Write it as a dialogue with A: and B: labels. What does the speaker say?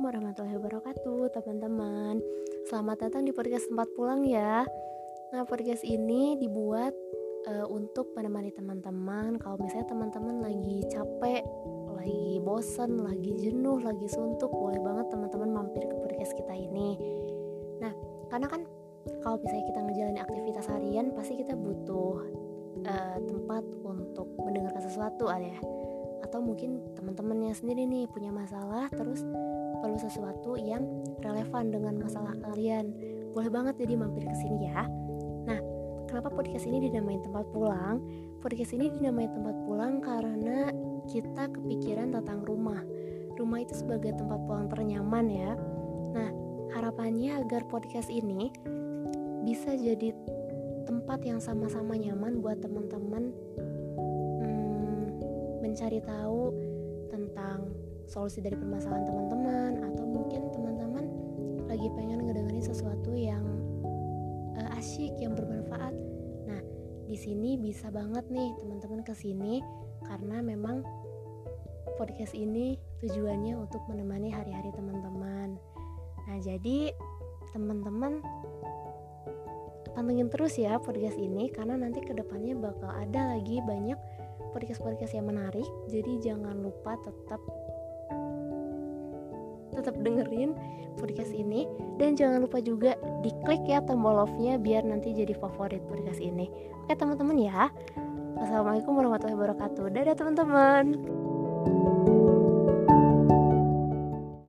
A: warahmatullahi wabarakatuh, teman-teman. Selamat datang di podcast Tempat Pulang ya. Nah, podcast ini dibuat untuk menemani teman-teman. Kalau misalnya teman-teman lagi capek, lagi bosen, lagi jenuh, lagi suntuk, boleh banget teman-teman mampir ke podcast kita ini. Nah, karena kan kalau misalnya kita ngejalanin aktivitas harian, pasti kita butuh tempat untuk mendengarkan sesuatu ya. Atau mungkin teman-temannya sendiri nih punya masalah, terus perlu sesuatu yang relevan dengan masalah kalian, boleh banget jadi mampir ke sini ya. Nah, kenapa podcast ini dinamain Tempat Pulang? Podcast ini dinamain Tempat Pulang karena kita kepikiran tentang rumah. Rumah itu sebagai tempat pulang ternyaman ya. Nah, harapannya agar podcast ini bisa jadi tempat yang sama-sama nyaman buat teman-teman mencari tahu tentang solusi dari permasalahan teman-teman, atau mungkin teman-teman lagi pengen ngedengerin sesuatu yang asyik, yang bermanfaat. Nah, di sini bisa banget nih teman-teman kesini karena memang podcast ini tujuannya untuk menemani hari-hari teman-teman. Nah, jadi teman-teman pantengin terus ya podcast ini, karena nanti kedepannya bakal ada lagi banyak podcast-podcast yang menarik. Jadi jangan lupa tetap dengerin podcast ini, dan jangan lupa juga diklik ya tombol love-nya biar nanti jadi favorit podcast ini. Oke teman-teman ya. Assalamualaikum warahmatullahi wabarakatuh. Dadah teman-teman.